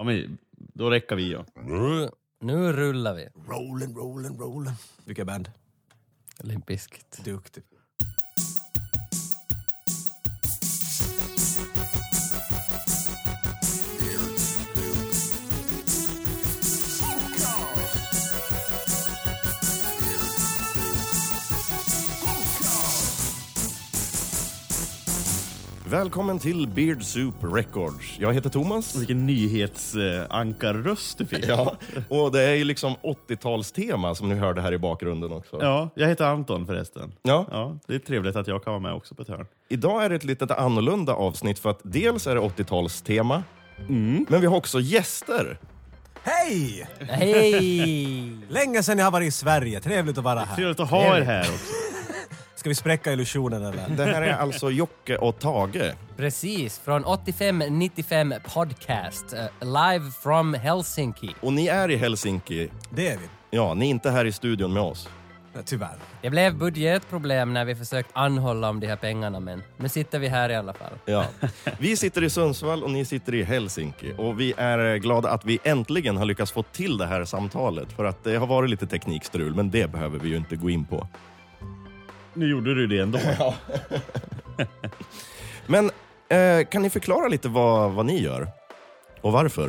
men då räcker vi, ja. Nu rullar vi. Rollen. Vilka band? Limp Bizkit. Duktig. Välkommen till Beard Soup Records. Jag heter Thomas. Vilken nyhetsankarröst du fick. Ja, och det är ju liksom 80-talstema som ni hörde här i bakgrunden också. Ja, jag heter Anton förresten. Ja. Det är trevligt att jag kan vara med också på ett hörn. Idag är det ett lite annorlunda avsnitt för att dels är det 80-talstema, men vi har också gäster. Hej! Hej! Länge sedan jag har varit i Sverige. Trevligt att vara här. Trevligt att ha er här också. Ska vi spräcka illusionen eller? Det här är alltså Jocke och Tage. Precis, från 8595 podcast. Live from Helsinki. Och ni är i Helsinki. Det är vi. Ja, ni är inte här i studion med oss. Ja, tyvärr. Det blev budgetproblem när vi försökt anhålla om de här pengarna, men nu sitter vi här i alla fall. Ja. Vi sitter i Sundsvall och ni sitter i Helsinki. Och vi är glada att vi äntligen har lyckats få till det här samtalet. För att det har varit lite teknikstrul, men det behöver vi ju inte gå in på. Nu gjorde du det ändå. Ja. Men kan ni förklara lite vad ni gör? Och varför?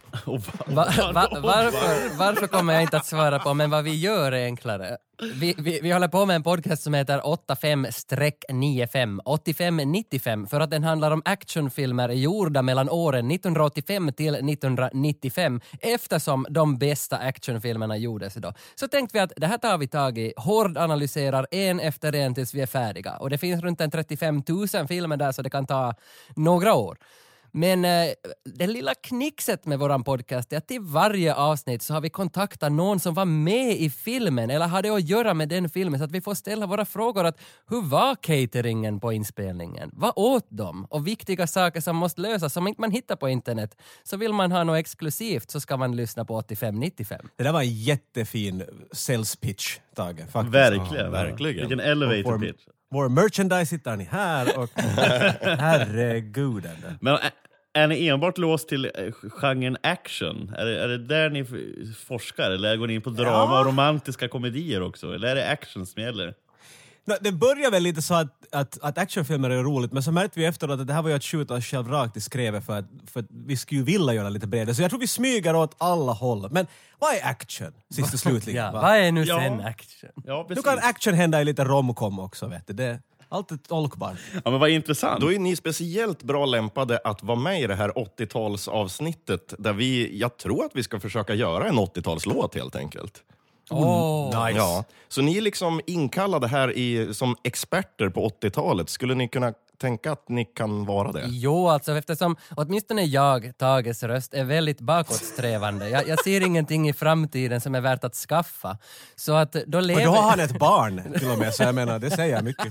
Varför kommer jag inte att svara på, men vad vi gör är enklare. Vi håller på med en podcast som heter 85-95, 85-95, för att den handlar om actionfilmer gjorda mellan åren 1985 till 1995, eftersom de bästa actionfilmerna gjordes då. Så tänkte vi att det här tar vi tag i, hårdanalyserar en efter en tills vi är färdiga. Och det finns runt en 35 000 filmer där, så det kan ta några år. Men det lilla knixet med våran podcast är att till varje avsnitt så har vi kontaktat någon som var med i filmen eller hade att göra med den filmen, så att vi får ställa våra frågor att hur var cateringen på inspelningen? Vad åt de? Och viktiga saker som måste lösas som inte man hittar på internet. Så vill man ha något exklusivt så ska man lyssna på 85-95. Det där var en jättefin sales pitch, Tage. Faktiskt. Verkligen. verkligen. Vilken elevator pitch. Vår merchandise hittar ni här och herregud. Men är ni enbart låst till genren action? Är det där ni forskar? Eller går ni in på drama och romantiska komedier också? Eller är det action som gäller? Det börjar väl lite så att actionfilmer är roligt, men så märkte vi efteråt att det här var ju att skjuta oss själv rakt i skrevet för att vi skulle ju vilja göra lite bredare. Så jag tror vi smyger åt alla håll. Men vad är action? Sist och slutligen. Ja, vad är nu sen action? Ja, Nu precis. kan action hända i lite romcom också, vet du. Det allt är tolkbart. Ja, men vad intressant. Då är ni speciellt bra lämpade att vara med i det här 80-talsavsnittet där jag tror att vi ska försöka göra en 80-talslåt helt enkelt. Nice. Ja, så ni är liksom inkallade här som experter på 80-talet. Skulle ni kunna tänka att ni kan vara det? Jo, alltså eftersom åtminstone Tages röst är väldigt bakåtsträvande. Jag ser ingenting i framtiden som är värt att skaffa. Så att då lever... Och då har han ett barn till och med, så jag menar, det säger jag mycket.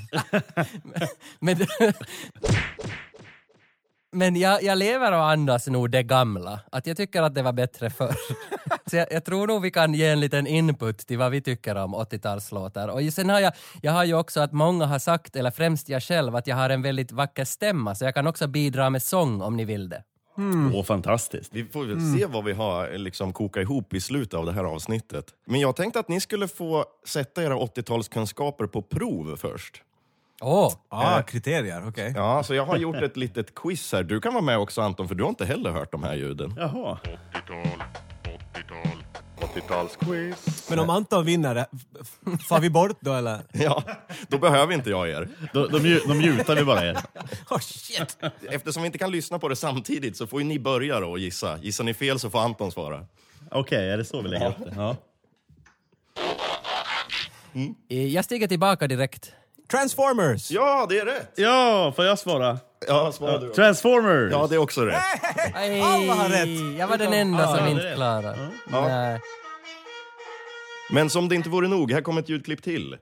Men jag lever och andas nog det gamla. Att jag tycker att det var bättre förr. Så jag tror nog vi kan ge en liten input till vad vi tycker om 80-talslåtar. Och sen har jag har ju också att många har sagt, eller främst jag själv, att jag har en väldigt vacker stämma. Så jag kan också bidra med sång om ni vill det. Fantastiskt. Vi får väl se vad vi har liksom koka ihop i slutet av det här avsnittet. Men jag tänkte att ni skulle få sätta era 80-talskunskaper på prov först. Kriterier, okej. Ja, så jag har gjort ett litet quiz här. Du kan vara med också, Anton, för du har inte heller hört de här ljuden. Jaha. 80-talsquiz. Men om Anton vinner det, får vi bort då eller? Ja, då behöver inte jag er. Då mutar vi bara er. Oh shit! Eftersom vi inte kan lyssna på det samtidigt så får ju ni börja då och gissa. Gissar ni fel så får Anton svara. Okej, är det så vi lägger upp det? Ja. Jag stiger tillbaka direkt. Transformers! Ja, det är rätt! Ja, får jag svara? Ja, svara du. Transformers! Ja, det är också rätt. Alla har rätt! Jag var den enda som inte rätt. klarade. Ja. Nej. Men som det inte vore nog, här kommer ett ljudklipp till.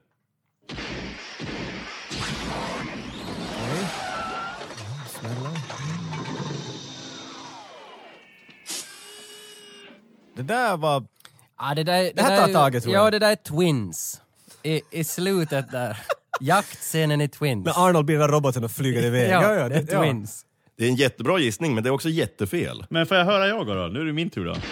Det där var... Ja, det här tar taget, tror jag. Ja, det där är Twins. I slutet där. Jaktscenen i Twins. När Arnold bildar roboten och flyger iväg. Ja, det är Twins. Det är en jättebra gissning, men det är också jättefel. Men får jag höra jag då? Nu är det min tur då.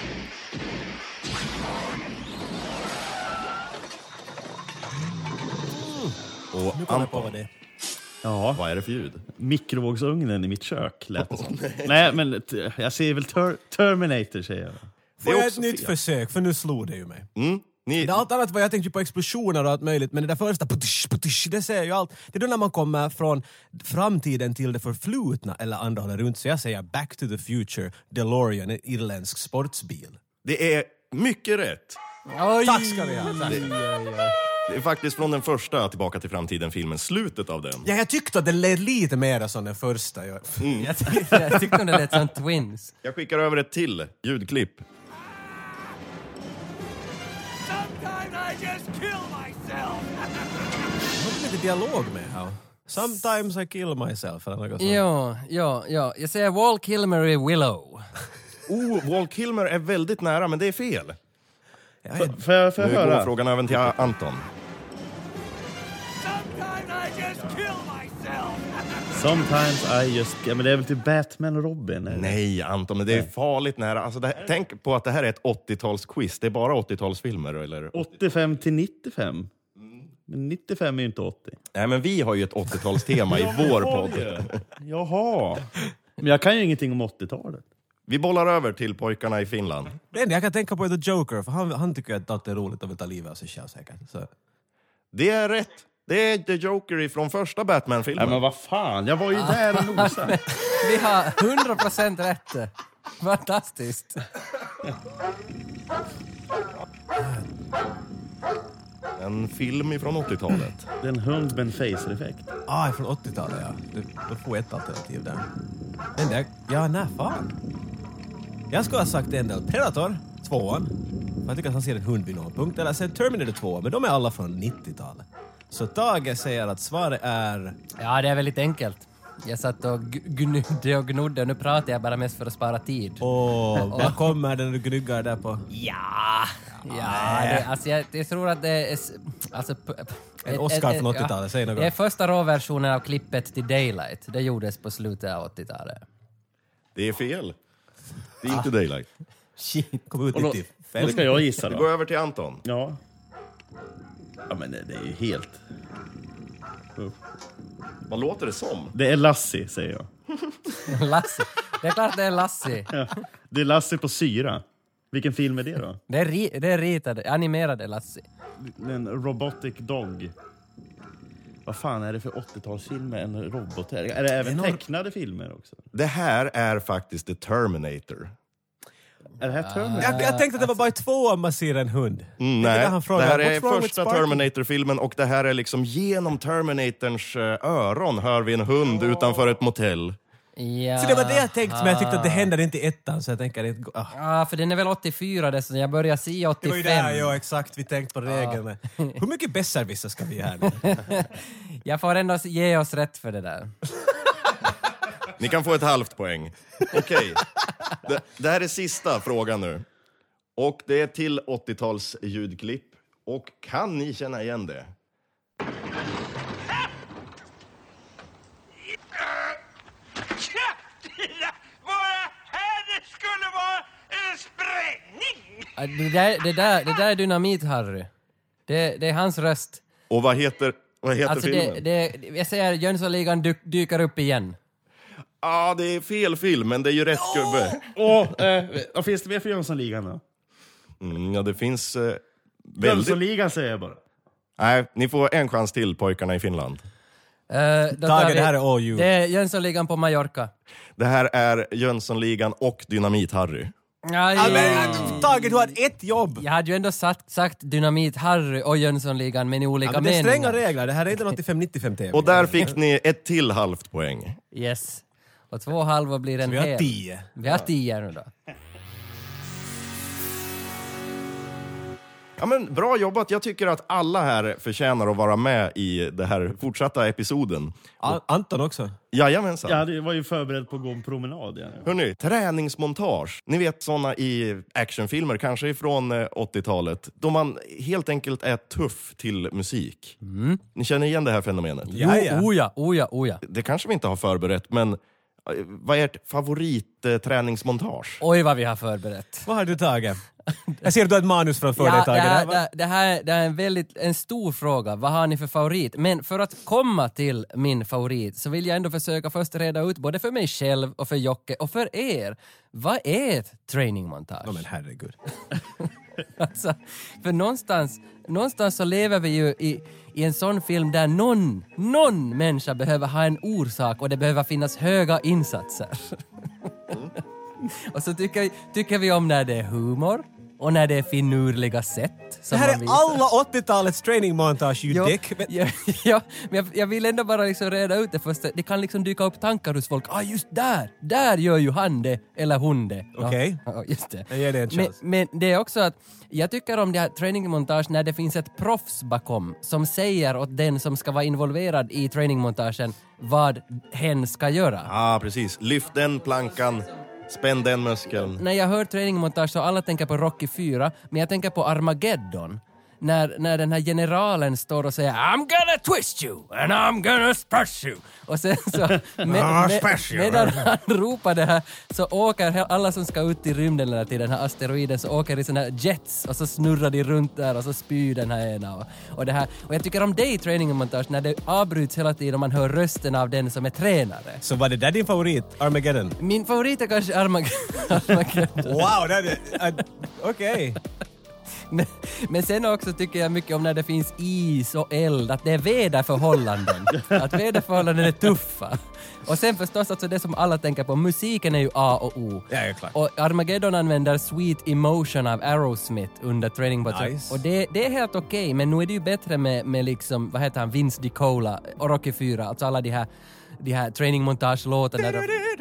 Och Nu kommer jag på vad det är. Ja, vad är det för ljud? mikrovågsugnen i mitt kök lät det som. Nej, men jag säger väl Terminator, säger jag. Får är jag ett också nytt fel. försök, för nu slog det ju mig. Ni, Det allt annat var jag tänkte på explosioner och allt möjligt, men det där första, det säger ju allt. Det är då när man kommer från framtiden till det förflutna eller andra håller runt, så jag säger Back to the Future, DeLorean, en irländsk sportsbil. det är mycket rätt. Oj. Tack ska ni ha. Tack. Det är faktiskt från den första Tillbaka till framtiden-filmen, slutet av den. Ja, jag tyckte att det lät lite mer som den första. Jag tyckte det lät som Twins. Jag skickar över ett till ljudklipp. Det var lite dialog med här. Sometimes I kill myself. Eller något sånt. Ja. Jag säger Wall Kilmer i Willow. Wall Kilmer är väldigt nära, men det är fel. Får jag Nu går höra? frågan över till Anton. Sometimes I just... Ja, men det är väl till Batman och Robin? Eller? Nej, Anton, men det är farligt nära. Alltså, tänk på att det här är ett 80-talsquiz. Det är bara 80-talsfilmer, eller? 85 till 95. Men 95 är ju inte 80. Nej, men vi har ju ett 80-talstema i vår podd. Jaha. Men jag kan ju ingenting om 80-talet. Vi bollar över till pojkarna i Finland. Det enda jag kan tänka på är The Joker, för han tycker att det är roligt att ta livet av sig själv säkert. Så. Det är rätt. Det är The Joker ifrån första Batman-filmen. Nej, men vad fan, jag var ju där och nosade. Vi har 100% rätt. Fantastiskt. En film ifrån 80-talet. Det är en hund med en face-effekt. Från 80-talet, ja. Du får ett alternativ där. Den där, ja, nej, fan. Jag skulle ha sagt en del. Predator, 2:an. Jag tycker att han ser en hund vid någon punkt. Eller sen Terminator 2, men de är alla från 90-talet. Så Tage säger att svaret är... Ja, det är väldigt enkelt. Jag satt och gnodde och nu pratar jag bara mest för att spara tid. Vad kommer det när du gnuggar där på? Ja, jag tror att det är... Alltså, En Oscar från 80-talet, säg något. Det är första råversionen av klippet till Daylight. Det gjordes på slutet av 80-talet. Det är fel. Det är inte Daylight. Shit, kom ut Och då, 95. då ska jag gissa Vi då. går över till Anton. Ja. Ja, men det är ju helt... Vad låter det som? Det är Lassie, säger jag. Lassie. Det är klart det är Lassie. Ja. Det är Lassie på syra. Vilken film är det då? Det är ritade, animerade Lassie. En robotic dog. Vad fan är det för 80-talsfilm med en robot här? Är det även tecknade filmer också? Det här är faktiskt The Terminator. Är det här Terminator? Jag tänkte att det var bara 2 om man ser en hund. Nej, det här är första Terminator-filmen och det här är liksom genom Terminatorns öron hör vi en hund utanför ett motell. Ja. Så det var det jag tänkte, men jag tyckte att det hände inte i ettan, så jag tänker inte... Ja, för den är väl 84 det, så jag börjar se 85. Det var ju där, ja, exakt, vi tänkte på regeln. Hur mycket besserwisser ska vi här nu? Jag får ändå ge oss rätt för det där. Ni kan få ett halvt poäng. Okej. Det här är sista frågan nu. Och det är till 80-tals ljudklipp. Och kan ni känna igen det? Det skulle vara en sprängning! Det där är Dynamit Harry. Det är hans röst. Och vad heter Alltså filmen? jag säger Jönssonligan dyker upp igen. Ja, det är fel film, men det är ju rätt gubbe. Vad finns det mer för Jönssonligan då? Ja, det finns väldigt... Jönssonligan säger jag bara. Nej, ni får en chans till, pojkarna i Finland. Tage, det här är all you. Det är Jönssonligan på Mallorca. Det här är Jönssonligan och Dynamit-Harry. Tage, du har ett jobb! Jag hade ju ändå sagt Dynamit Harry och Jönssonligan, men i olika Ja, men det är meningar. stränga regler, det här är inte 85-95 TV. Och där fick ni ett till halvt poäng. Yes. Och 2 halvor blir en vi har hel. 10. Vi har 10 nu då. Ja, men bra jobbat. Jag tycker att alla här förtjänar att vara med i det här fortsatta episoden. Anton också. Jajamensan. Ja, det var ju förberedd på att gå en promenad. Ja. Hörrni, träningsmontage. Ni vet såna i actionfilmer, kanske ifrån 80-talet, då man helt enkelt är tuff till musik. Ni känner igen det här fenomenet? Ja. Oh ja. Det kanske vi inte har förberett, men Vad är ert favoritträningsmontage? Oj vad vi har förberett. Vad har du tagit? Jag ser att du har ett manus framför dig, Tage. Det här är en stor fråga. Vad har ni för favorit? Men för att komma till min favorit så vill jag ändå försöka först reda ut både för mig själv och för Jocke och för er. Vad är ett trainingmontage? Ja, men herregud. Alltså, för någonstans så lever vi ju i en sån film där någon människa behöver ha en orsak och det behöver finnas höga insatser. Och så tycker vi om när det är humor och när det är finurliga sätt. Det här är alla 80-talets trainingmontage, you dick. Men jag vill ändå bara liksom reda ut det först. Det kan liksom dyka upp tankar hos folk. Just där gör ju han det eller hon det. Okej. Ja, just det. Jag ger det en chans. Men det är också att jag tycker om det här trainingmontage när det finns ett proffs bakom som säger åt den som ska vara involverad i trainingmontagen vad hen ska göra. Ja, precis. Lyft den plankan. Spänn den muskeln. När jag hör trainingmontage så alla tänker på Rocky 4, men jag tänker på Armageddon. När den här generalen står och säger I'm gonna twist you and I'm gonna smash you. Och sen så medan han ropar det här så åker alla som ska ut i rymden eller till den här asteroiden så åker i såna här jets och så snurrar de runt där och så spyr den här ena och det här. Och jag tycker om det i trainingmontage när det avbryts hela tiden och man hör rösten av den som är tränare. Så var det där din favorit? Armageddon? Min favorit är kanske Armageddon. Wow, det är... Okej. Men sen också tycker jag mycket om när det finns is och eld, att det är väderförhållanden. Att väderförhållanden är tuffa. Och sen förstås alltså det som alla tänker på, musiken är ju A och O. Ja, klart. Och Armageddon använder Sweet Emotion av Aerosmith under Training Montage. Nice. Och det är helt okej, men nu är det ju bättre med liksom, vad heter han, Vince DiCola och Rocky 4, alltså alla de här Training Montage-låtarna.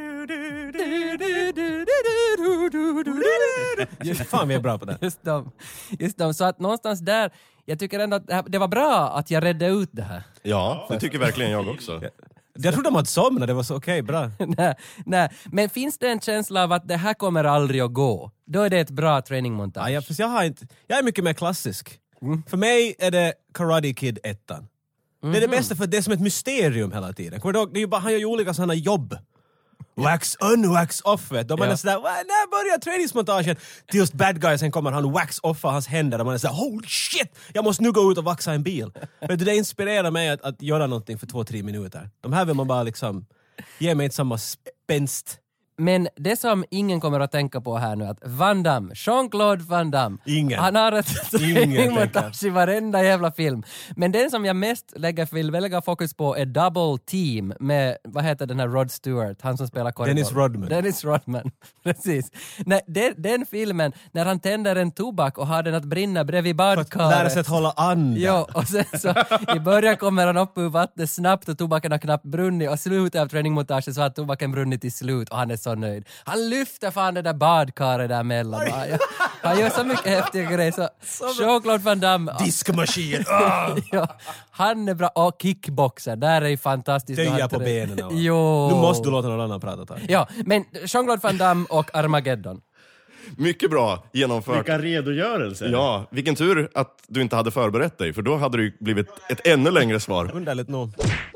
Fan, vi är bra på det. Just dem. Så att någonstans där, jag tycker ändå att det var bra att jag redde ut det här. Ja, det tycker verkligen jag också. Jag trodde de hade somnat, det var så okej, bra. Nej. Men finns det en känsla av att det här kommer aldrig att gå? Då är det ett bra trainingmontage. Ja, fast jag är mycket mer klassisk. För mig är det Karate Kid 1. Det är det bästa för det är som ett mysterium hela tiden. Kommer du ihåg? Det är ju bara, han gör ju olika sådana jobb. Wax on, wax off, vet du. Man är sådär, när börjar träningsmontagen? Till just bad guy, sen kommer han wax offa hans händer och man är sådär, holy shit! Jag måste nu gå ut och vaxa en bil. Vet du, det inspirerar mig att göra någonting för 2-3 minuter. De här vill man bara liksom, ge mig inte samma spänst. Men det som ingen kommer att tänka på här nu är att Van Damme, Jean-Claude Van Damme, han har ett trainingmontage i varenda jävla film. Men den som jag mest vill lägga fokus på är Double Team med, vad heter den här Rod Stewart, han som spelar korridor. Dennis Rodman, precis. Nej, den filmen, när han tänder en tobak och har den att brinna bredvid badkaret. För att lära sig att hålla andan. Ja, och sen så i början kommer han upp ur vattnet snabbt och tobaken har knappt brunnit och slutet av trainingmontaget så har tobaken brunnit till slut och han är så nöjd. Han lyfter fan det där badkaret där mellan. Han gör så mycket häftiga grejer. Så Jean-Claude Van Damme. Diskmaskin. Ja, han är bra. Och kickboxer, där är ju fantastiskt. Töja på benen. Jo. Nu måste du låta någon annan prata. Ja, men Jean-Claude Van Damme och Armageddon. Mycket bra genomfört. Vilka redogörelser. Ja, vilken tur att du inte hade förberett dig, för då hade det ju blivit ett ännu längre svar. Underligt nog.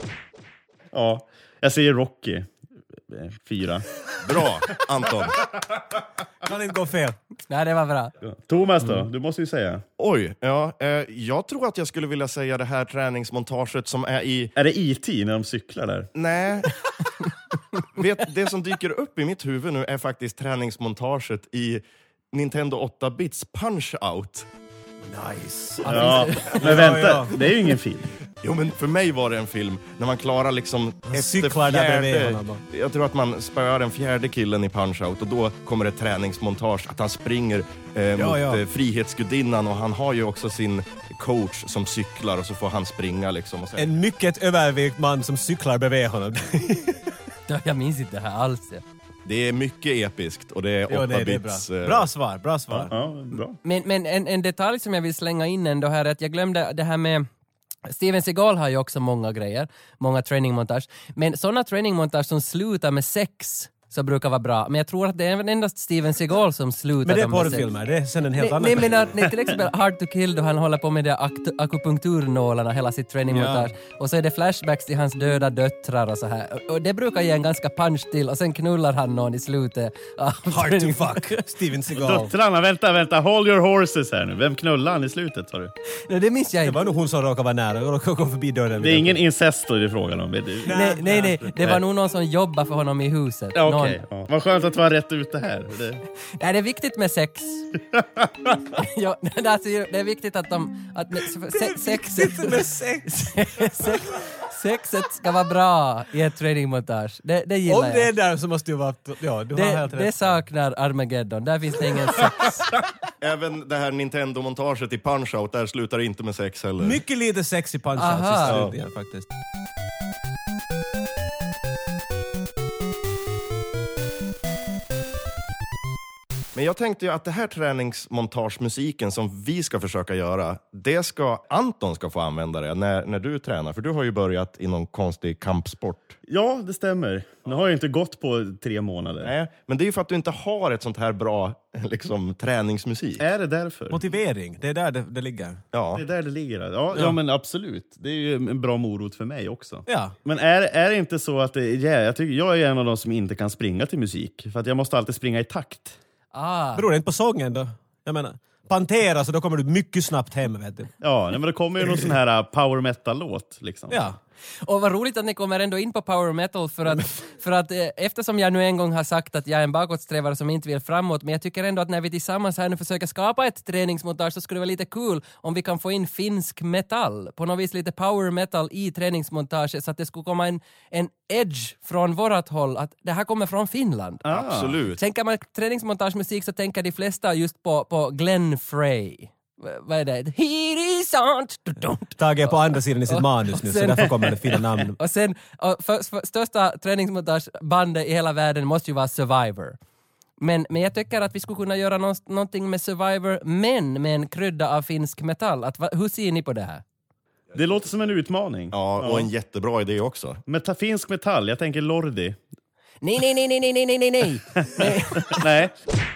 Ja, jag säger Rocky 4. Bra, Anton. Kan inte gå fel. Nej, det var bra. Thomas då? Du måste ju säga. Oj, ja, jag tror att jag skulle vilja säga det här träningsmontaget som är i... Är det E.T. när de cyklar där? Nej. Vet, det som dyker upp i mitt huvud nu är faktiskt träningsmontaget i Nintendo 8-bits Punch-Out. Nice. Ja, men vänta, det är ju ingen film. Jo, men för mig var det en film när man klarar liksom cyklar där bredvid honom. Jag tror att man spöar den fjärde killen i Punch-Out och då kommer ett träningsmontage att han springer mot Frihetsgudinnan och han har ju också sin coach som cyklar och så får han springa liksom. Och sen... En mycket övervikt man som cyklar bredvid honom. Jag minns inte det här alls. Det är mycket episkt och det är 8-bits... Bra svar, bra svar. Ja, bra. Men en detalj som jag vill slänga in ändå här är att jag glömde det här med... Steven Seagal har ju också många grejer, många trainingmontage. Men sådana trainingmontage som slutar med sex så brukar vara bra. Men jag tror att det är endast Steven Seagal som slutar. Men det är de här porrfilmer, det är sen en helt annan. Nej, men till exempel Hard to Kill då han håller på med de akupunkturnålarna hela sitt trainingmontage. Och så är det flashbacks till hans döda döttrar och så här. Och det brukar ge en ganska punch till och sen knullar han någon i slutet. Hard to fuck, Steven Seagal. Döttrarna, vänta, hold your horses här nu. Vem knullar han i slutet, sa du? Nej, det minns jag Det inte. var nog hon som råkade vara nära och kom förbi dörren. Det är ingen incest då i frågan om. Nej, det var nog någon som jobbar för honom i huset. Ja, Någon- okej. Ja. Vad skönt att vara rätt ute här. Nej, det är viktigt med sex. Ja, alltså, det är viktigt att sexet ska vara bra i ett trainingmontage. Det gillar Om det är jag. där så måste ju vara... Ja, du har helt Det rätt. saknar Armageddon. Där finns det ingen sex. Även det här Nintendo-montaget i Punch-Out, där slutar det inte med sex heller. Mycket lite sex i Punch-Out Aha. i slutningen faktiskt. Men jag tänkte ju att det här träningsmontagemusiken som vi ska försöka göra, det ska Anton ska få använda det när du tränar. För du har ju börjat i någon konstig kampsport. Ja, det stämmer. Nu har jag inte gått på 3 månader. Nej, men det är ju för att du inte har ett sånt här bra liksom, träningsmusik. Är det därför? Motivering, det är där det ligger. Ja. Det är där det ligger. Ja, men absolut. Det är ju en bra morot för mig också. Ja. Men är det inte så att jag är en av de som inte kan springa till musik? För att jag måste alltid springa i takt. Beror det inte på sången då? Jag menar, Pantera, så då kommer du mycket snabbt hem, vet du. Ja, men det kommer ju någon sån här power metal-låt liksom. Ja. Och vad roligt att ni kommer ändå in på power metal för att eftersom jag nu en gång har sagt att jag är en bakåtsträvare som inte vill framåt, men jag tycker ändå att när vi tillsammans här nu försöker skapa ett träningsmontage så skulle det vara lite kul om vi kan få in finsk metall, på något vis lite power metal i träningsmontaget så att det skulle komma en edge från vårat håll att det här kommer från Finland. Absolut. Tänker man träningsmontagemusik så tänker de flesta just på Glenn Frey. Vad är det? Heat is on. Tage är på andra sidan i sitt manus nu, så därför kommer det fina namn. Och sen, för största träningsmontagebandet i hela världen måste ju vara Survivor. Men jag tycker att vi skulle kunna göra någonting med Survivor, men med en krydda av finsk metall. Hur ser ni på det här? Det låter som en utmaning. Ja, och en jättebra idé också. Finsk metall, jag tänker Lordi. Nej. Nej.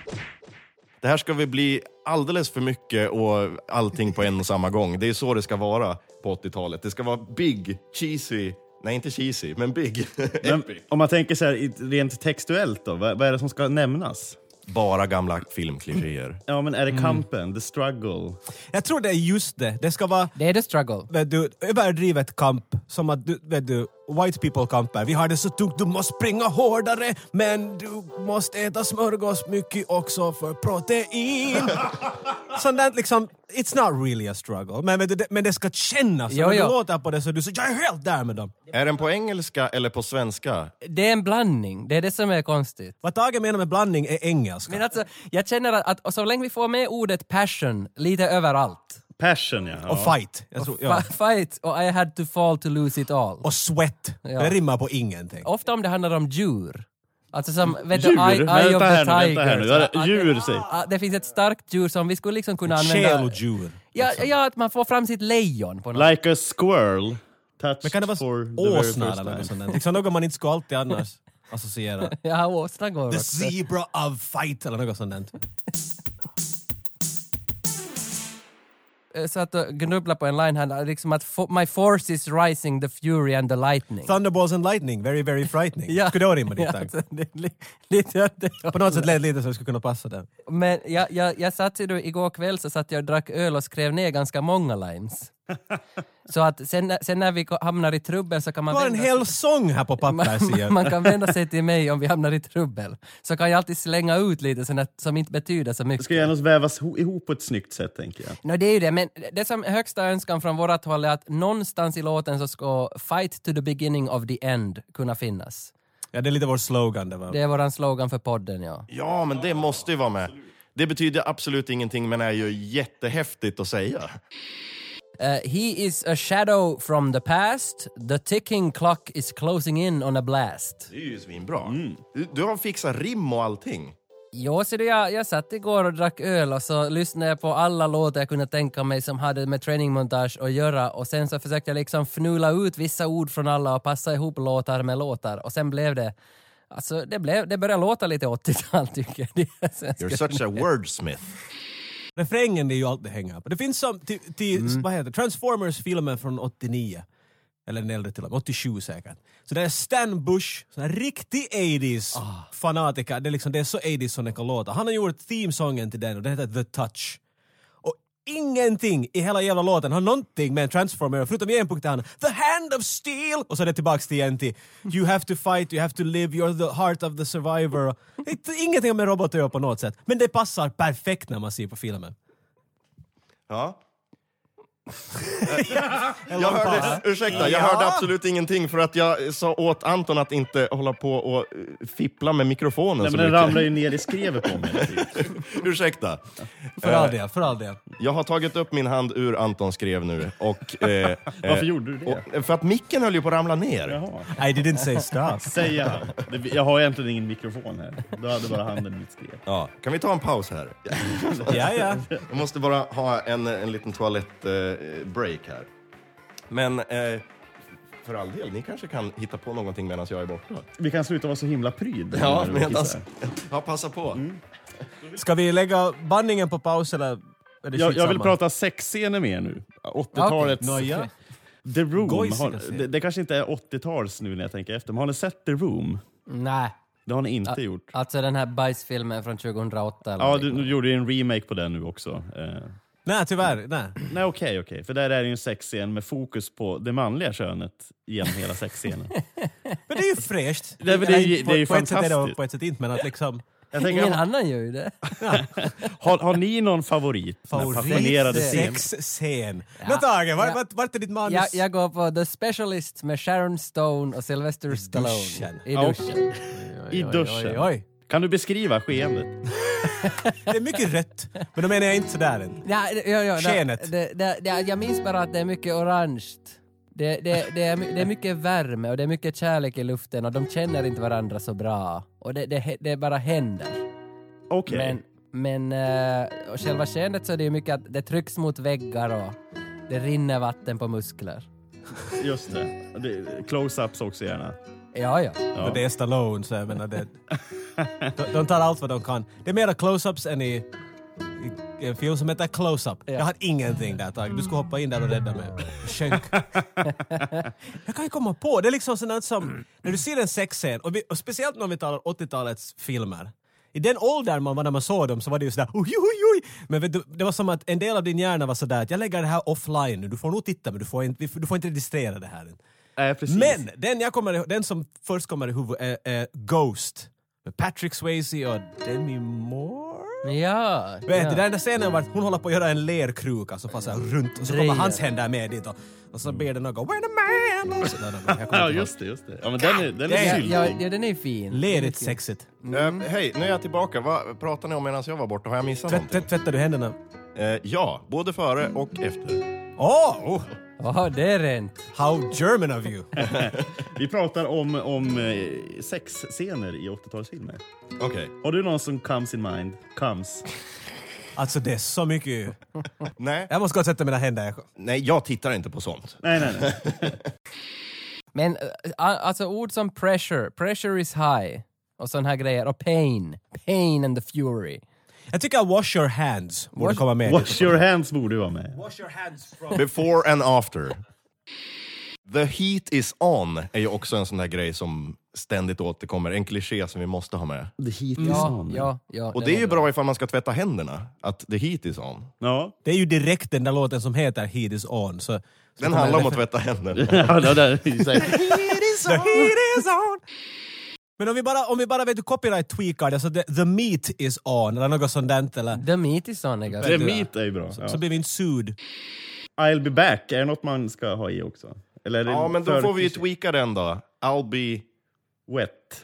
Det här ska vi bli alldeles för mycket och allting på en och samma gång. Det är så det ska vara på 80-talet. Det ska vara big, cheesy. Nej, inte cheesy, men big. Men om man tänker så här rent textuellt då, vad är det som ska nämnas? Bara gamla filmklichéer. Ja, men är det kampen, the struggle? Jag tror det är just det. Det ska vara, Det är the struggle. vet du, överdrivet kamp. Som att du, white people kampar. Vi har det så tungt, du måste springa hårdare, men du måste äta smörgås mycket också för protein. Sånt där liksom, it's not really a struggle. Men, vet du, men det ska kännas. Jo, När du jo. låter på det så du så jag är helt där med dem. Är den på engelska eller på svenska? Det är en blandning. Det är det som är konstigt. Vad Tage menar med blandning är engelska. Men alltså, jag känner att så länge vi får med ordet passion lite överallt. Passion, ja. Och fight. Jag tror, ja. Fight och I had to fall to lose it all. Och sweat. Ja. Det rimmar på ingenting. Ofta om det handlar om djur. Alltså som, vet Djur? du, Eye of the Vänta här Tiger. nu. Ja, djur, säg. Det finns ett starkt djur som vi skulle liksom kunna använda. Själodjur. Ja, att man får fram sitt lejon på något. Like a squirrel. Touched Men kan det vara for the very åsna first eller något time. sånt där? Liksom något man inte skulle alltid annars associera. Ja, åsna går The också. zebra of fight eller något sånt där. Så att gnubbla på en line här, liksom att my force is rising, the fury and the lightning. Thunderballs and lightning, very very frightening. Ja. Skulle det rimma ditt Ja, tack? alltså, det är lite åt det. På något sätt lät lite så det skulle kunna passa där. Men jag satt ju då igår kväll så satt jag och drack öl och skrev ner ganska många lines. Så att sen när vi hamnar i trubbel så kan man Du har en hel sång här på papper, man kan vända sig till mig om vi hamnar i trubbel. Så kan jag alltid slänga ut lite sånt som inte betyder så Det mycket. ska gärna vävas ihop på ett snyggt sätt, tänker jag. No, det är ju det, men det som är högsta önskan från vårat håll är att någonstans i låten så ska fight to the beginning of the end kunna finnas. Ja, det är lite vår slogan det var. Det är våran slogan för podden, ja. Ja, men det måste ju vara med. Det betyder absolut ingenting, men är ju jättehäftigt att säga. He is a shadow from the past. The ticking clock is closing in on a blast. Det är ju svinbra. Du har fixat rim och allting. Jo, så jag satt igår och drack öl och så lyssnade jag på alla låtar jag kunde tänka mig som hade med trainingmontage att göra, och sen så försökte jag liksom fnula ut vissa ord från alla och passa ihop låtar med låtar, och sen blev det Alltså det börjar låta lite 80-tal tycker jag. You're such a wordsmith. Refrängen är ju allt det hänger på. Det finns som vad heter Transformers-filmen från 89. Eller en äldre till och med, 87 säkert. Så det är Stan Bush, sån här riktig 80s fanatiker. Det är så 80s som det kan låta. Han har gjort themesången till den och den heter The Touch. Och ingenting i hela jävla låten har någonting med en Transformer, förutom en punkt där han The Hand of Steel! Och så är det tillbaks till igen till You have to fight, you have to live, you're the heart of the survivor. Det är ingenting med robotar på något sätt. Men det passar perfekt när man ser på filmen. Ja. Jag hörde absolut ingenting för att jag sa åt Anton att inte hålla på och fippla med mikrofonen. Nej, så men den mycket. ramlar ju ner i skrevet på mig. Ursäkta. För all det. Jag har tagit upp min hand ur Antons skrev nu. Och, Varför gjorde du det? för att micken höll ju på att ramla ner. Jaha. I didn't say stop. Säger han. Jag har egentligen ingen mikrofon här. Då hade bara handen i mitt skrev. Ja. Kan vi ta en paus här? Ja. Jag måste bara ha en liten toalett-break här. Men för all del, ni kanske kan hitta på någonting medan jag är borta. Vi kan sluta vara så himla pryd. Ja, men passa på. Ska vi lägga bandningen på paus eller är det Jag vill prata sexscener mer nu. 80-talets Noja. The Room. Gojsiga scener. Det kanske inte är 80-tals nu när jag tänker efter. Men har ni sett The Room? Nej. Det har ni inte gjort. Alltså den här bajsfilmen från 2008 eller Ja, vad det du gjorde ju en remake på den nu också. Nej, tyvärr. Nej. Nej, okej. För där är det ju en sexscen med fokus på det manliga könet genom hela sexscenen. Men det är ju fräscht. Det är ju på ett sätt är det fantastiskt. på ett sätt inte, men att liksom... Jag tänker, Ingen annan gör ju det. har ni någon favorit? Passionerade scen? Sexscen. Ja. Nå Tage, Ja. vart är ditt manus? Jag går på The Specialist med Sharon Stone och Sylvester Stallone. duschen. I Ja, duschen. I duschen. Oj. Kan du beskriva skeendet? Det är mycket rött, men då menar jag inte sådär än. Ja, Skenet. jag minns bara att det är mycket orange. Det är mycket värme och det är mycket kärlek i luften och de känner inte varandra så bra. Och det bara händer. Okej. Men och själva skenet så är det ju mycket att det trycks mot väggar och det rinner vatten på muskler. Just det. Close-ups också gärna. Ja. Men det är Stallone, så jag menar det... de tar allt vad de kan. Det är mera close-ups än i en film som heter Close-up. Jag har ingenting där, Tag. Du ska hoppa in där och rädda mig. Skänk. Jag kan ju komma på, det är liksom sånt som... När du ser en sexscen, och speciellt när vi talar 80-talets filmer. I den åldern man var när man såg dem så var det ju sådär oj. Men vet du, det var som att en del av din hjärna var sådär att jag lägger det här offline nu. Du får nog titta, men du får inte registrera det här. Precis. Men den som först kommer i huvudet är Ghost. Med Patrick Swayze och Demi Moore. Ja. Vet du, den där scenen var att hon håller på att göra en lerkruka som far så här runt och så kommer hans händer med dit och så ber den och går when a man och så Ja, just det. Ja, men den är syltig. Ja, den är fin. lerigt sexigt. Hej, nu är jag tillbaka. Vad pratar ni om medan jag var borta? Har jag missat någonting? Tvättar du händerna? Ja, både före och efter. Det är rent. How German of you. Vi pratar om sexscener i 80-talsfilmer. Okej. Har du någon som comes in mind? Alltså det är så mycket. Nej. Jag måste gå och sätta mina händer. Nej, jag tittar inte på sånt. Nej. Men alltså ord som pressure is high och sån här grejer och pain and the fury. Jag tycker wash your hands borde komma med. Wash your hands borde ju vara med. Wash your hands from... Before and after. The heat is on är ju också en sån där grej som ständigt återkommer. En kliché som vi måste ha med. The heat is on. Ja. Och det är ju bra ifall man ska tvätta händerna. Att the heat is on. Ja. Det är ju direkt den där låten som heter Heat is on. Så Den handlar om att tvätta händerna. The heat is on. Men om vi bara vet du copyright tweakar det så the meat is on eller något sånt där eller The meat is on är ganska The bra. meat är ju bra. Ja. så blir vi inte sued. I'll be back, är det något man ska ha i också? Eller är det Ja, men då för får vi ju kliché? tweaka den då. I'll be Wet.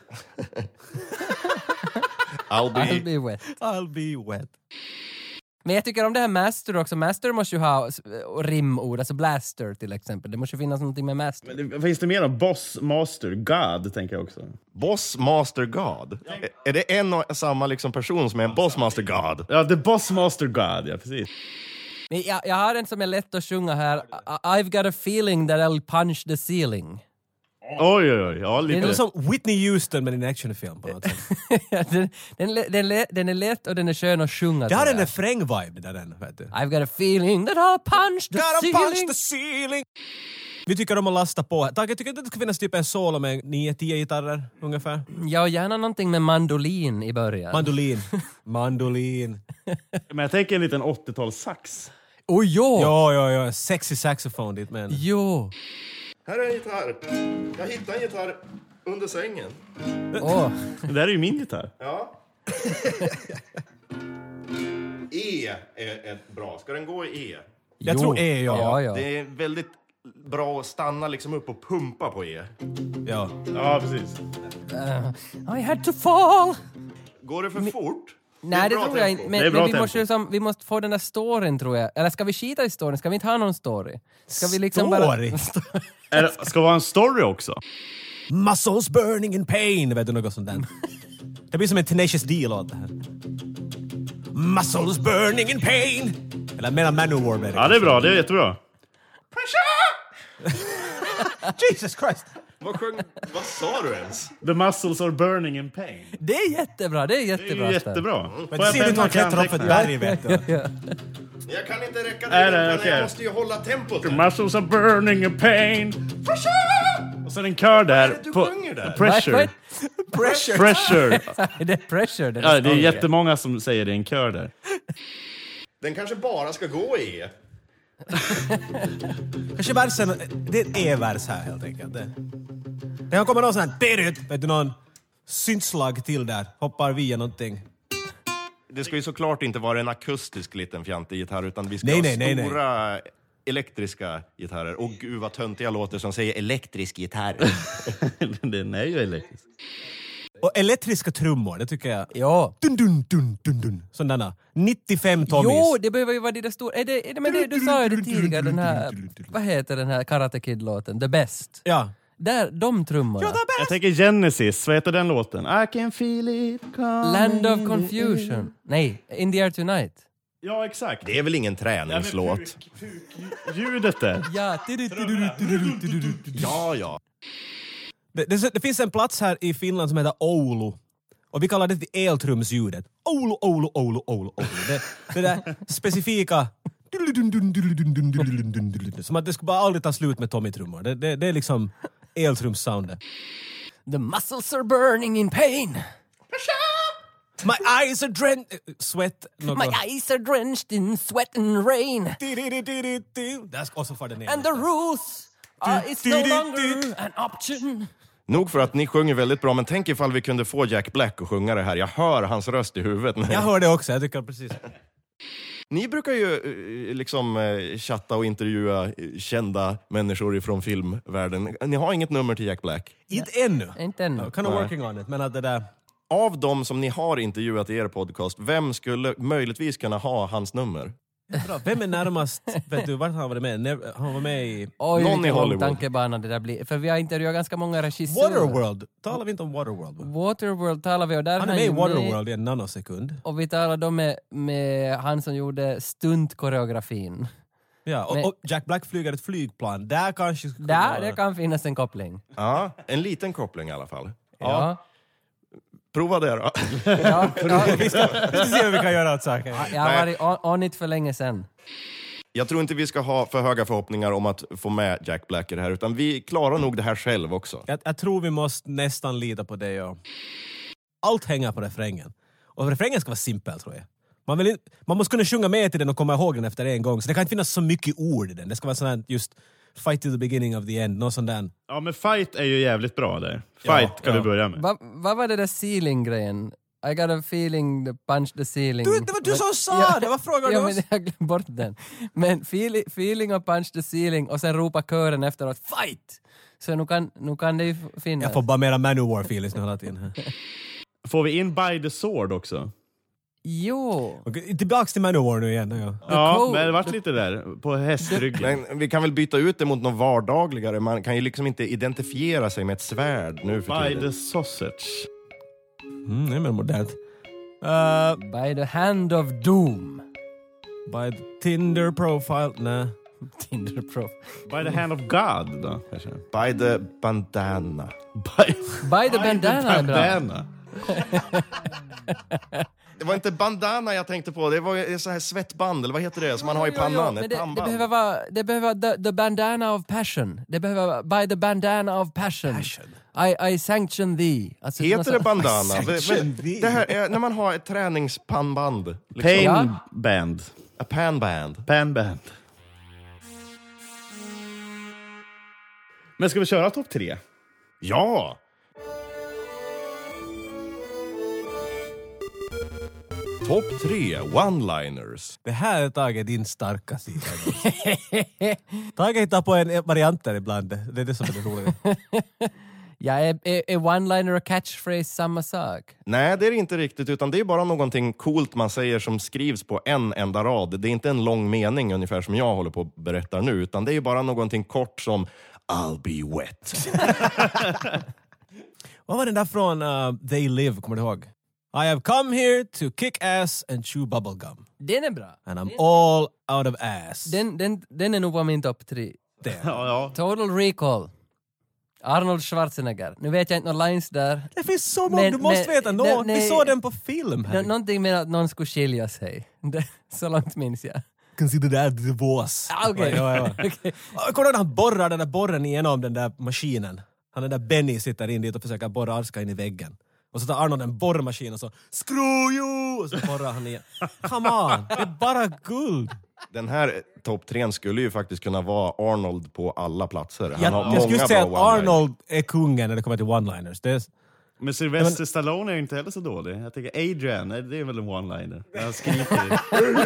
I'll be wet. I'll be wet. Men jag tycker om det här master också. Master måste ju ha rimord, alltså blaster till exempel. Det måste ju finnas någonting med master. Men finns det mer då? Boss, master, God tänker jag också. Boss Master God. Är det en och samma liksom person som är en Boss Master God? Ja, the Boss Master God, ja precis. Men jag har en som är lätt att sjunga här. I've got a feeling that I'll punch the ceiling. Oj. Ja, Det är lite. som Whitney Houston men i en actionfilm på något sätt. Den är lätt och den är skön att sjunga. Det har tror en jag. refräng-vibe där den, vet du. I've got a feeling that I'll punch the Gotta ceiling. punch the ceiling! Vi tycker om att lasta på. Tage, tycker du att det ska finnas typ en solo med 9-10 gitarrer ungefär? Ja, och gärna någonting med mandolin i början. Mandolin. Men jag tänker en liten 80-talssax. Oh, jo! Ja. Sexy saxofon dit men. Jo! Här är en gitarr. Jag hittade en gitarr under sängen. Åh. Det där är ju min gitarr. Ja. E är bra. Ska den gå i E? Jag tror E, ja. Det är väldigt bra att stanna liksom upp och pumpa på E. Ja. Ja, precis. I had to fall! Går det för fort? Nej, det bra tror jag tempo. inte. Det är Men bra vi måste, tempo. vi måste få den där storyn, tror jag. Eller ska vi skita i storyn? Ska vi inte ha någon story? Ska vi liksom Story? Ska det vara en story också? Muscles burning in pain, vet du något sånt där? Det blir som en Tenacious D-låt det här. Muscles burning in pain! Eller mera Manowar med det. Ja, det är bra. Det är jättebra. Jesus Christ! Vad sa du ens? The muscles are burning in pain. Det är jättebra, det är Det är jättebra. ju jättebra. Men det ser ut som att klättra upp ett berg, vet du. Jag kan inte räcka Nej, ner, nej, men okej. jag måste ju hålla tempot The här. muscles are burning in pain. Och så en kör där. du På sjunger där? pressure. Pressure. Det är pressure. Den Ja, det är jättemånga som säger det i en kör där. Den kanske bara ska gå i E. Kanske versen, det är ett E-vers här helt enkelt. Det kan komma någon sån här, vet du, någon syntslag till där, hoppar via någonting. Det ska ju såklart inte vara en akustisk liten fjantig gitarr, utan vi ska Nej. ha stora elektriska gitarrer. Och gud vad töntiga låter som säger elektrisk gitarr. Den är ju elektrisk. Och elektriska trummor, det tycker jag. Ja. Dun. Sådana 95 Tommys. Jo, det behöver ju vara det stora. Är det men det, du sa ju det tidigare, den här, vad heter den här Karate Kid-låten? The Best. Ja. Där, de trummorna. Jag tänker Genesis, vad heter den låten? I can feel it coming. Land of Confusion. Nej, In the Air Tonight. Ja, exakt. Det är väl ingen träningslåt? Ljudet där. Ja. Ja. Det finns en plats här i Finland som heter Oulu. Och vi kallar det till eltrumsljudet. Oulu. Det där specifika... Som att det skulle bara aldrig ta slut med Tommy-trummor. Det är liksom eltrumssoundet. The muscles are burning in pain. My eyes are drenched... Sweat. My eyes are drenched in sweat and rain. Där ska också få den ner. And the rules is no longer an option. Nog för att ni sjunger väldigt bra, men tänk ifall vi kunde få Jack Black att sjunga det här. Jag hör hans röst i huvudet. Jag hör det också, jag tycker precis. Ni brukar ju chatta och intervjua kända människor ifrån filmvärlden. Ni har inget nummer till Jack Black? Inte ännu. Inte ännu. Kind of working on it, men att det där... Av dem som ni har intervjuat i er podcast, vem skulle möjligtvis kunna ha hans nummer? Bra. Vem är närmast, vet du, vart har han varit med? Han var med i Oj, Någon i vilken lång Hollywood. tankebana det där blir. För vi har intervjuat ganska många regissörer. Waterworld. Talar vi inte om Waterworld? Va? Waterworld talar vi och där Han är med i Waterworld i en nanosekund. Och vi talar då med han som gjorde stuntkoreografin. Ja, Men- och Jack Black flyger ett flygplan. Där kanske skulle Där det kan finnas en koppling. Ja, en liten koppling i alla fall. Ja. Prova det då. Vi ska se vad vi kan göra åt saken. Jag har varit on it för länge sedan. Jag tror inte vi ska ha för höga förhoppningar om att få med Jack Black i det här, utan vi klarar nog det här själv också. Jag tror vi måste nästan lita på det. Ja. Allt hänger på refrängen. Och refrängen ska vara simpel, tror jag. Man måste kunna sjunga med till den och komma ihåg den efter en gång. Så det kan inte finnas så mycket ord i den. Det ska vara sån här just fight to the beginning of the end. Någon sån där. Ja, men fight är ju jävligt bra där. Fight kan ja. du börja med. Vad var det där ceiling-grejen? I got a feeling to punch the ceiling. Det var du som sa det! Vad frågar du Ja, oss? men jag glömde bort den. Men feeling of punch the ceiling och sen ropa kören efteråt fight! Så nu kan det ju finnas. Jag får bara mera Manowar-feelings nu hela tiden. Får vi in By the Sword också? Jo. Okej, tillbaks till Manowar nu igen. Ja. Ja, Code. men det vart lite där. På hästryggen. Men vi kan väl byta ut det mot något vardagligare. Man kan ju liksom inte identifiera sig med ett svärd nu för By tiden. the Sausage. Det är mer modernt. By the hand of doom. By the Tinder profile. Nej. Tinder-proff. By the hand of God då, kanske? By the bandana. By the bandana är bra. bandana. Det var inte bandana jag tänkte på. Det var så här svettband, eller vad heter det? Som man har i pannan. Men Ett det pannband. behöver vara the bandana of passion. Det behöver vara by the bandana of passion. I sanction thee. Alltså, Heter det bandana? Sanction thee. Det här är när man har ett träningspannband. Liksom. Pain Ja. band. A panband. Band. Men ska vi köra topp 3? Ja! Topp 3 one-liners. Det här är Tage din starka sida. Tage hittar på en varianter ibland. Det är det som är det roliga. Ja, är one-liner och catchphrase samma sak? Nej, det är det inte riktigt, utan det är bara någonting coolt man säger som skrivs på en enda rad. Det är inte en lång mening ungefär som jag håller på att berätta nu, utan det är bara någonting kort som I'll be wet. Vad var den där från They Live, kommer du ihåg? I have come here to kick ass and chew bubblegum. Den är bra. And I'm all out of ass. Den är nog på min topp 3. Ja. Total Recall. Arnold Schwarzenegger. Nu vet jag inte några lines där. Det finns så många, du måste veta någon. Vi såg den på film här. Någonting med att någon skulle skilja sig. Så långt minns jag. Can see the divorce. Okej. Ja. Kommer du ihåg när han borrar den där borren igenom den där maskinen? Han den där Benny sitter in dit och försöker borra Arska in i väggen. Och så tar Arnold en borrmaskin och så screw you! Och så borrar han igen. Come on, det är bara guld. Den här topp 3 skulle ju faktiskt kunna vara Arnold på alla platser. Han har Jag många skulle bra säga att one-liners. Arnold är kungen när det kommer till one-liners. Det är... Men Sylvester Stallone är ju inte heller så dålig. Jag tänker Adrian, det är väl en one-liner. Han skriker.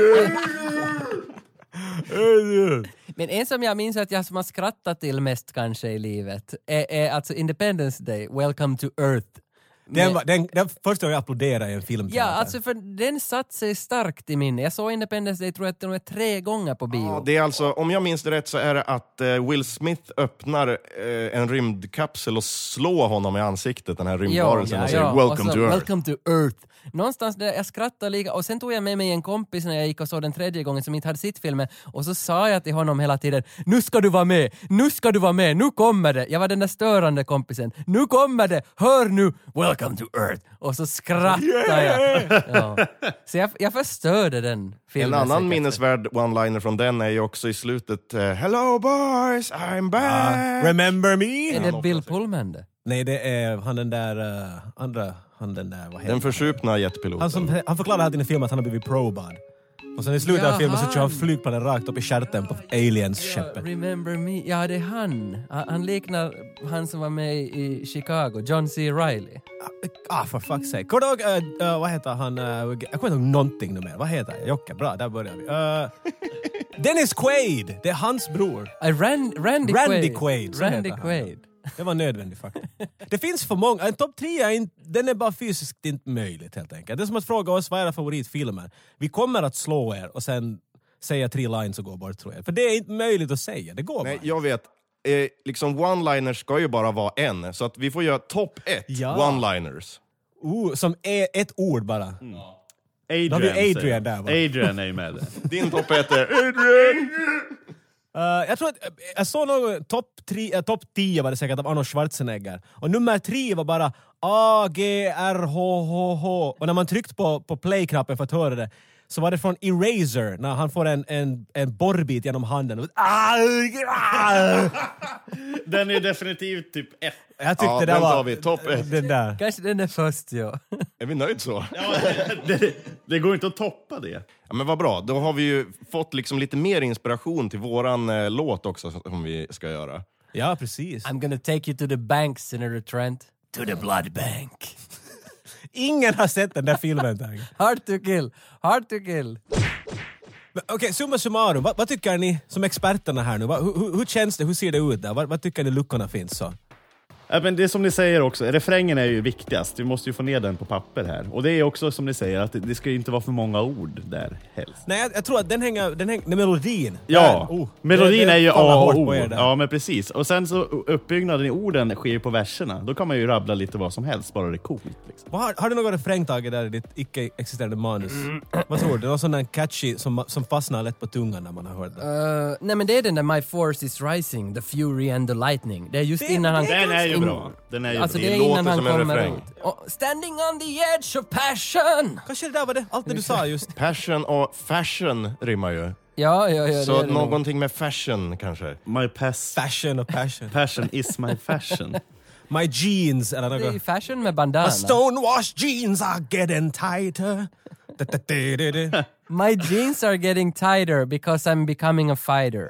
Men en som jag minns att jag som har skrattat till mest kanske i livet är alltså Independence Day, Welcome to Earth. Den första gången jag applåderade i en film. Ja, alltså för den satt sig starkt i minne. Jag såg Independence Day, tror jag, de är 3 gånger på bio. Ja, det är alltså, om jag minns det rätt så är det att Will Smith öppnar en rymdkapsel och slår honom i ansiktet, den här rymdvarelsen, och säger Welcome to Earth. Welcome to Earth. Någonstans där jag skrattade lika, och sen tog jag med mig en kompis när jag gick och såg den 3:e gången som inte hade sitt filmen, och så sa jag till honom hela tiden, nu ska du vara med, nu kommer det. Jag var den där störande kompisen. Nu kommer det, hör nu, Welcome to Earth. Och så skrattade jag. Ja. Så jag förstörde den filmen. En annan säkert. minnesvärd one-liner från den är ju också i slutet Hello boys, I'm back! Remember me? Är det Bill Pullman det? Nej, det är han den där andra, han den där, vad heter Den försupna jetpiloten. han förklarar alltid i filmen att han har blivit probad. Och sen i slutet av filmen så kör han flygplanen rakt upp i stjärten på Aliens-skeppet. Remember me. Ja, det är han. Han liknar han som var med i Chicago, John C. Reilly. For fuck's sake. Kommer du ihåg, vad heter han? Jag kommer inte ihåg någonting nu mer. Vad heter han? Jocke, bra, där börjar vi. Dennis Quaid, det är hans bror. Randy Quaid. Så Randy heter han. Quaid. Det var nödvändigt faktiskt. Det finns för många. En topp 3 den är bara fysiskt inte möjligt helt enkelt. Det är som att fråga oss vad är era favoritfilmer. Vi kommer att slå er och sen säga 3 lines och gå bort, tror jag. För det är inte möjligt att säga. Det går Nej, bara. jag vet. Liksom one-liners ska ju bara vara en. Så att vi får göra topp 1 Ja. one-liners. Som är ett ord bara. Adrian, Då har vi Adrian säger. där, va? Adrian är ju med där. Din topp 1 är Adrian! Jag tror att jag såg någon topp 10 var det säkert av Arnold Schwarzenegger. Och nummer 3 var bara A-G-R-H-H-H. Och när man tryckte på play-knappen för att höra det så var det från Eraser när han får en borrbit genom handen. Den är definitivt typ 1. Jag tyckte det den var tar vi, topp 1. den där. Kanske den är först, ja. Är vi nöjd så? Det går inte att toppa det. Ja, men vad bra, då har vi ju fått liksom lite mer inspiration till våran låt också som vi ska göra. Ja, precis. I'm gonna take you to the bank, Senator Trent. To the blood bank. Ingen har sett den där filmen. Hard to kill. Hard to kill. Okej, summa summarum. Vad tycker ni som experterna här nu? Hur känns det? Hur ser det ut där? Vad tycker ni luckorna finns så? Ja, men det är som ni säger också, refrängen är ju viktigast. Vi måste ju få ner den på papper här. Och det är också som ni säger, att det ska ju inte vara för många ord där helst. Nej, jag tror att den hänger melodin. Ja, melodin är ju A och O. Ja, Ja, men precis. Och sen så uppbyggnaden i orden sker ju på verserna. Då kan man ju rabbla lite vad som helst, bara det är coolt. Liksom. Har du några refrängtaget där i ditt icke-existerande manus? Vad tror du? Någon sån där catchy som fastnar lätt på tungan när man har hört det? Nej, men det är den där My Force is Rising, The Fury and the Lightning. Det är just innan han... Den är ju bra. Den är ju Alltså bra. det är låter innan han som en kommer refräng. ut. Standing on the edge of passion! Kanske det där var det, allt det du sa just. Passion och fashion rimmar ju. Ja, Så det är någonting med fashion kanske. My Fashion och passion. passion is my fashion. My jeans, eller det är ju något. fashion med bandana. My stonewashed jeans are getting tighter. My jeans are getting tighter because I'm becoming a fighter.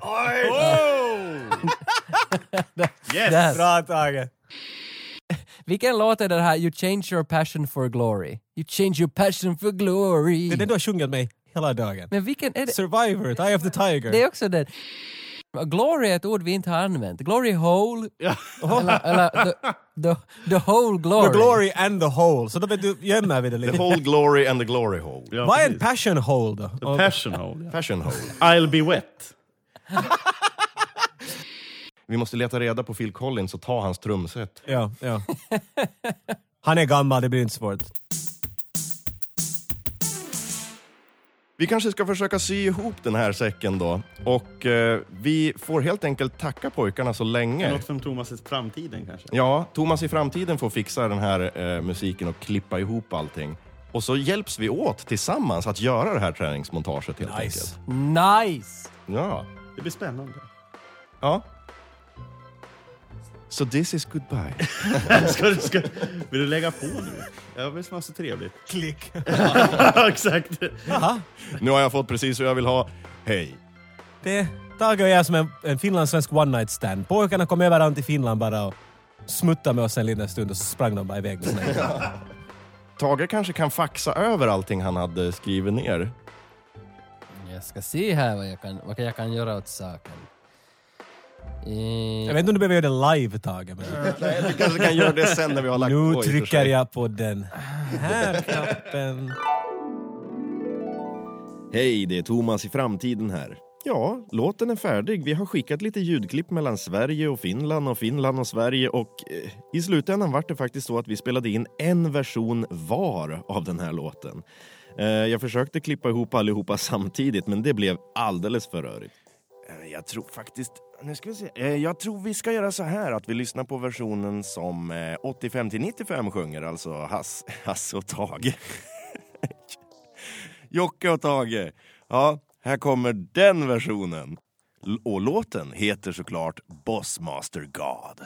Yes! Där. Bra taget. Vilken låt är det här? You change your passion for glory. You change your passion for glory. Det är den du har sjungit mig hela dagen. Men vilken är det? Survivor, Eye of the Tiger. Det är också den. Glory är ett ord vi inte har använt. Glory hole. Ja. Eller the whole glory. The glory and the hole. Så då vet du, gömmer vi det The lite. whole glory and the glory hole. Ja, Vad är en precis. passion hole då? The passion hole. Fashion hole. I'll be wet. Vi måste leta reda på Phil Collins och ta hans trumset. Ja. Han är gammal, det blir inte svårt. Vi kanske ska försöka sy ihop den här säcken då. Och vi får helt enkelt tacka pojkarna så länge. Något från Thomas i framtiden kanske. Ja, Thomas i framtiden får fixa den här musiken och klippa ihop allting. Och så hjälps vi åt tillsammans att göra det här träningsmontaget helt enkelt. Nice! Ja. Det blir spännande. Ja. So this is goodbye. Vill du lägga på nu? Ja, det var så trevligt. Klick. Exakt. Nu har jag fått precis vad jag vill ha. Hej. Det Tage och jag som en finlandssvensk one night stand. Pojkarna kom över till Finland bara och smuttade med oss en liten stund och så sprang de bara iväg med sina. Tage kanske kan faxa över allting han hade skrivit ner. Jag ska se här vad jag kan göra åt saken. Jag vet inte om du behöver göra det live, Tage. Men... Nej, vi kanske kan göra det sen när vi har lagt på. Nu trycker jag på den här knappen. Hej, det är Thomas i framtiden här. Ja, låten är färdig. Vi har skickat lite ljudklipp mellan Sverige och Finland och Sverige och i slutändan var det faktiskt så att vi spelade in en version var av den här låten. Jag försökte klippa ihop allihopa samtidigt men det blev alldeles för rörigt. Jag tror faktiskt, nu ska vi se. Jag tror vi ska göra så här att vi lyssnar på versionen som 85-95 sjunger, alltså Hasse och Tage. Jocke och Tage. Ja, här kommer den versionen. Och låten heter såklart Bossmaster God.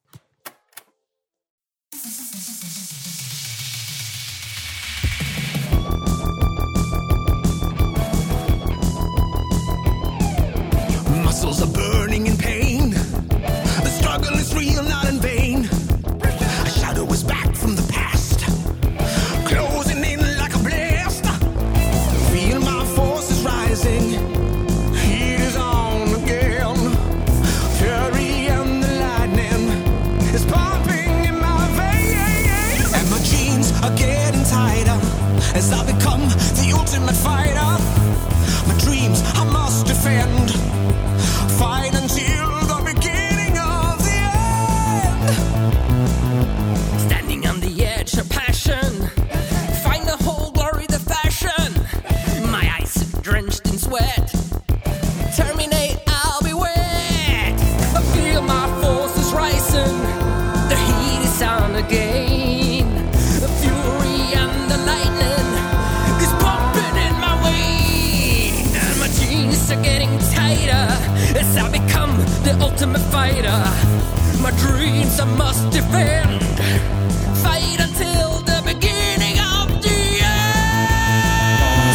Muscles are burning in pain. The struggle is real, not in vain. A shadow is back from the past, closing in like a blast. Feel my forces rising. Heat is on again. Fury and the lightning is pumping in my veins. And my jeans are getting tighter as I become the ultimate fighter. My dreams I must defend. Fight until the beginning of the end. Standing on the edge of passion, find the whole glory, the fashion. My eyes are drenched in sweat. Terminate, I'll be wet. I feel my forces rising. The heat is on again. The fury and the lightning is pumping in my veins. And my jeans are getting tighter as I become the ultimate fighter. My dreams I must defend. Fight until the beginning of the end.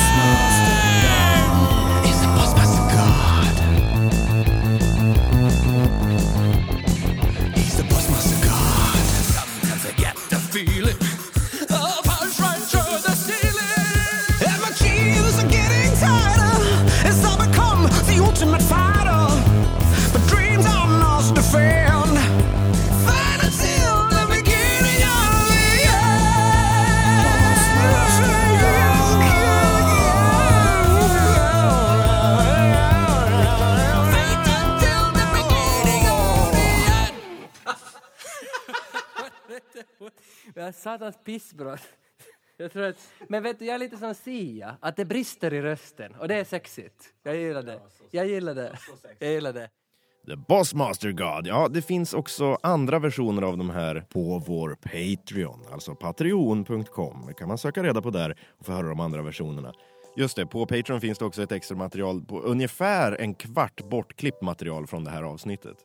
He's the Bossmaster God. He's the Bossmaster God. Sometimes I get the feeling of punch right through the ceiling. And my jeans are getting tighter as I become the ultimate fighter. My dreams I must defend. Fight until satans pissbrott. Jag tror att, men vet du, jag är lite som Sia, att det brister i rösten. Och det är sexigt. Jag gillar det. Jag gillar det. The Bossmaster God. Ja, det finns också andra versioner av de här på vår Patreon. Alltså patreon.com. Det kan man söka reda på där och få höra de andra versionerna. Just det, på Patreon finns det också ett extra material på ungefär en kvart bortklippt material från det här avsnittet.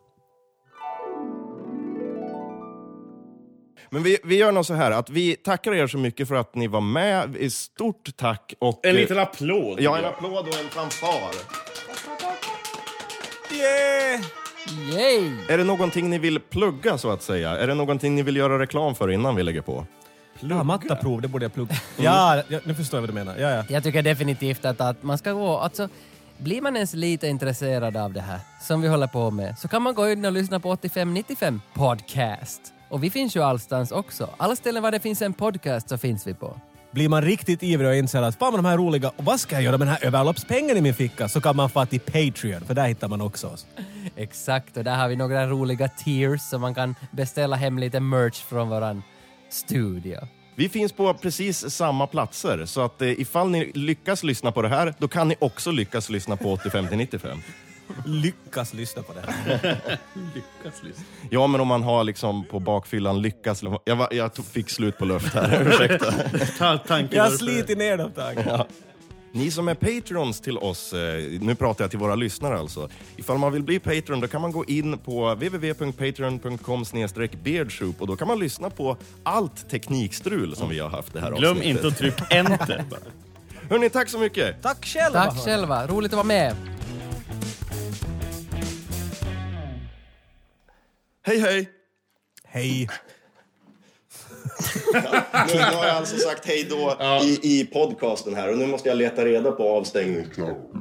Men vi gör nog så här att vi tackar er så mycket för att ni var med. Stort tack. Och En liten applåd. ja, en applåd och en fanfar. Yeah! Yay! Är det någonting ni vill plugga så att säga? Är det någonting ni vill göra reklam för innan vi lägger på? Ja, mattaprov, det borde jag plugga. Ja, nu förstår jag vad du menar. Ja. Jag tycker definitivt att man ska gå, alltså blir man ens lite intresserad av det här som vi håller på med, så kan man gå in och lyssna på 8595 podcast. Och vi finns ju allstans också. Alla ställen var det finns en podcast så finns vi på. Blir man riktigt ivrig och inser att fan med de här roliga, och vad ska jag göra med den här överloppspengen i min ficka, så kan man få till Patreon, för där hittar man också oss. Exakt, och där har vi några roliga tiers så man kan beställa hem lite merch från våran studio. Vi finns på precis samma platser, så att ifall ni lyckas lyssna på det här, då kan ni också lyckas lyssna på 85-95. Lyckas lyssna på det här. Lyckas lyssna. Ja, men om man har liksom på bakfyllan lyckas... Jag fick slut på luft här, ursäkta. Jag har slitit ner dem tack. Ja. Ni som är patrons till oss, nu pratar jag till våra lyssnare alltså. Ifall man vill bli patron, då kan man gå in på www.patreon.com/beardsoup och då kan man lyssna på allt teknikstrul som vi har haft det här Glöm avsnittet. inte att trycka enter. Hörrni, tack så mycket. Tack själva. Tack själva, roligt att vara med. Hej, hej. Hej. Nu har jag alltså sagt hej då i podcasten här och nu måste jag leta reda på avstängningsknappen.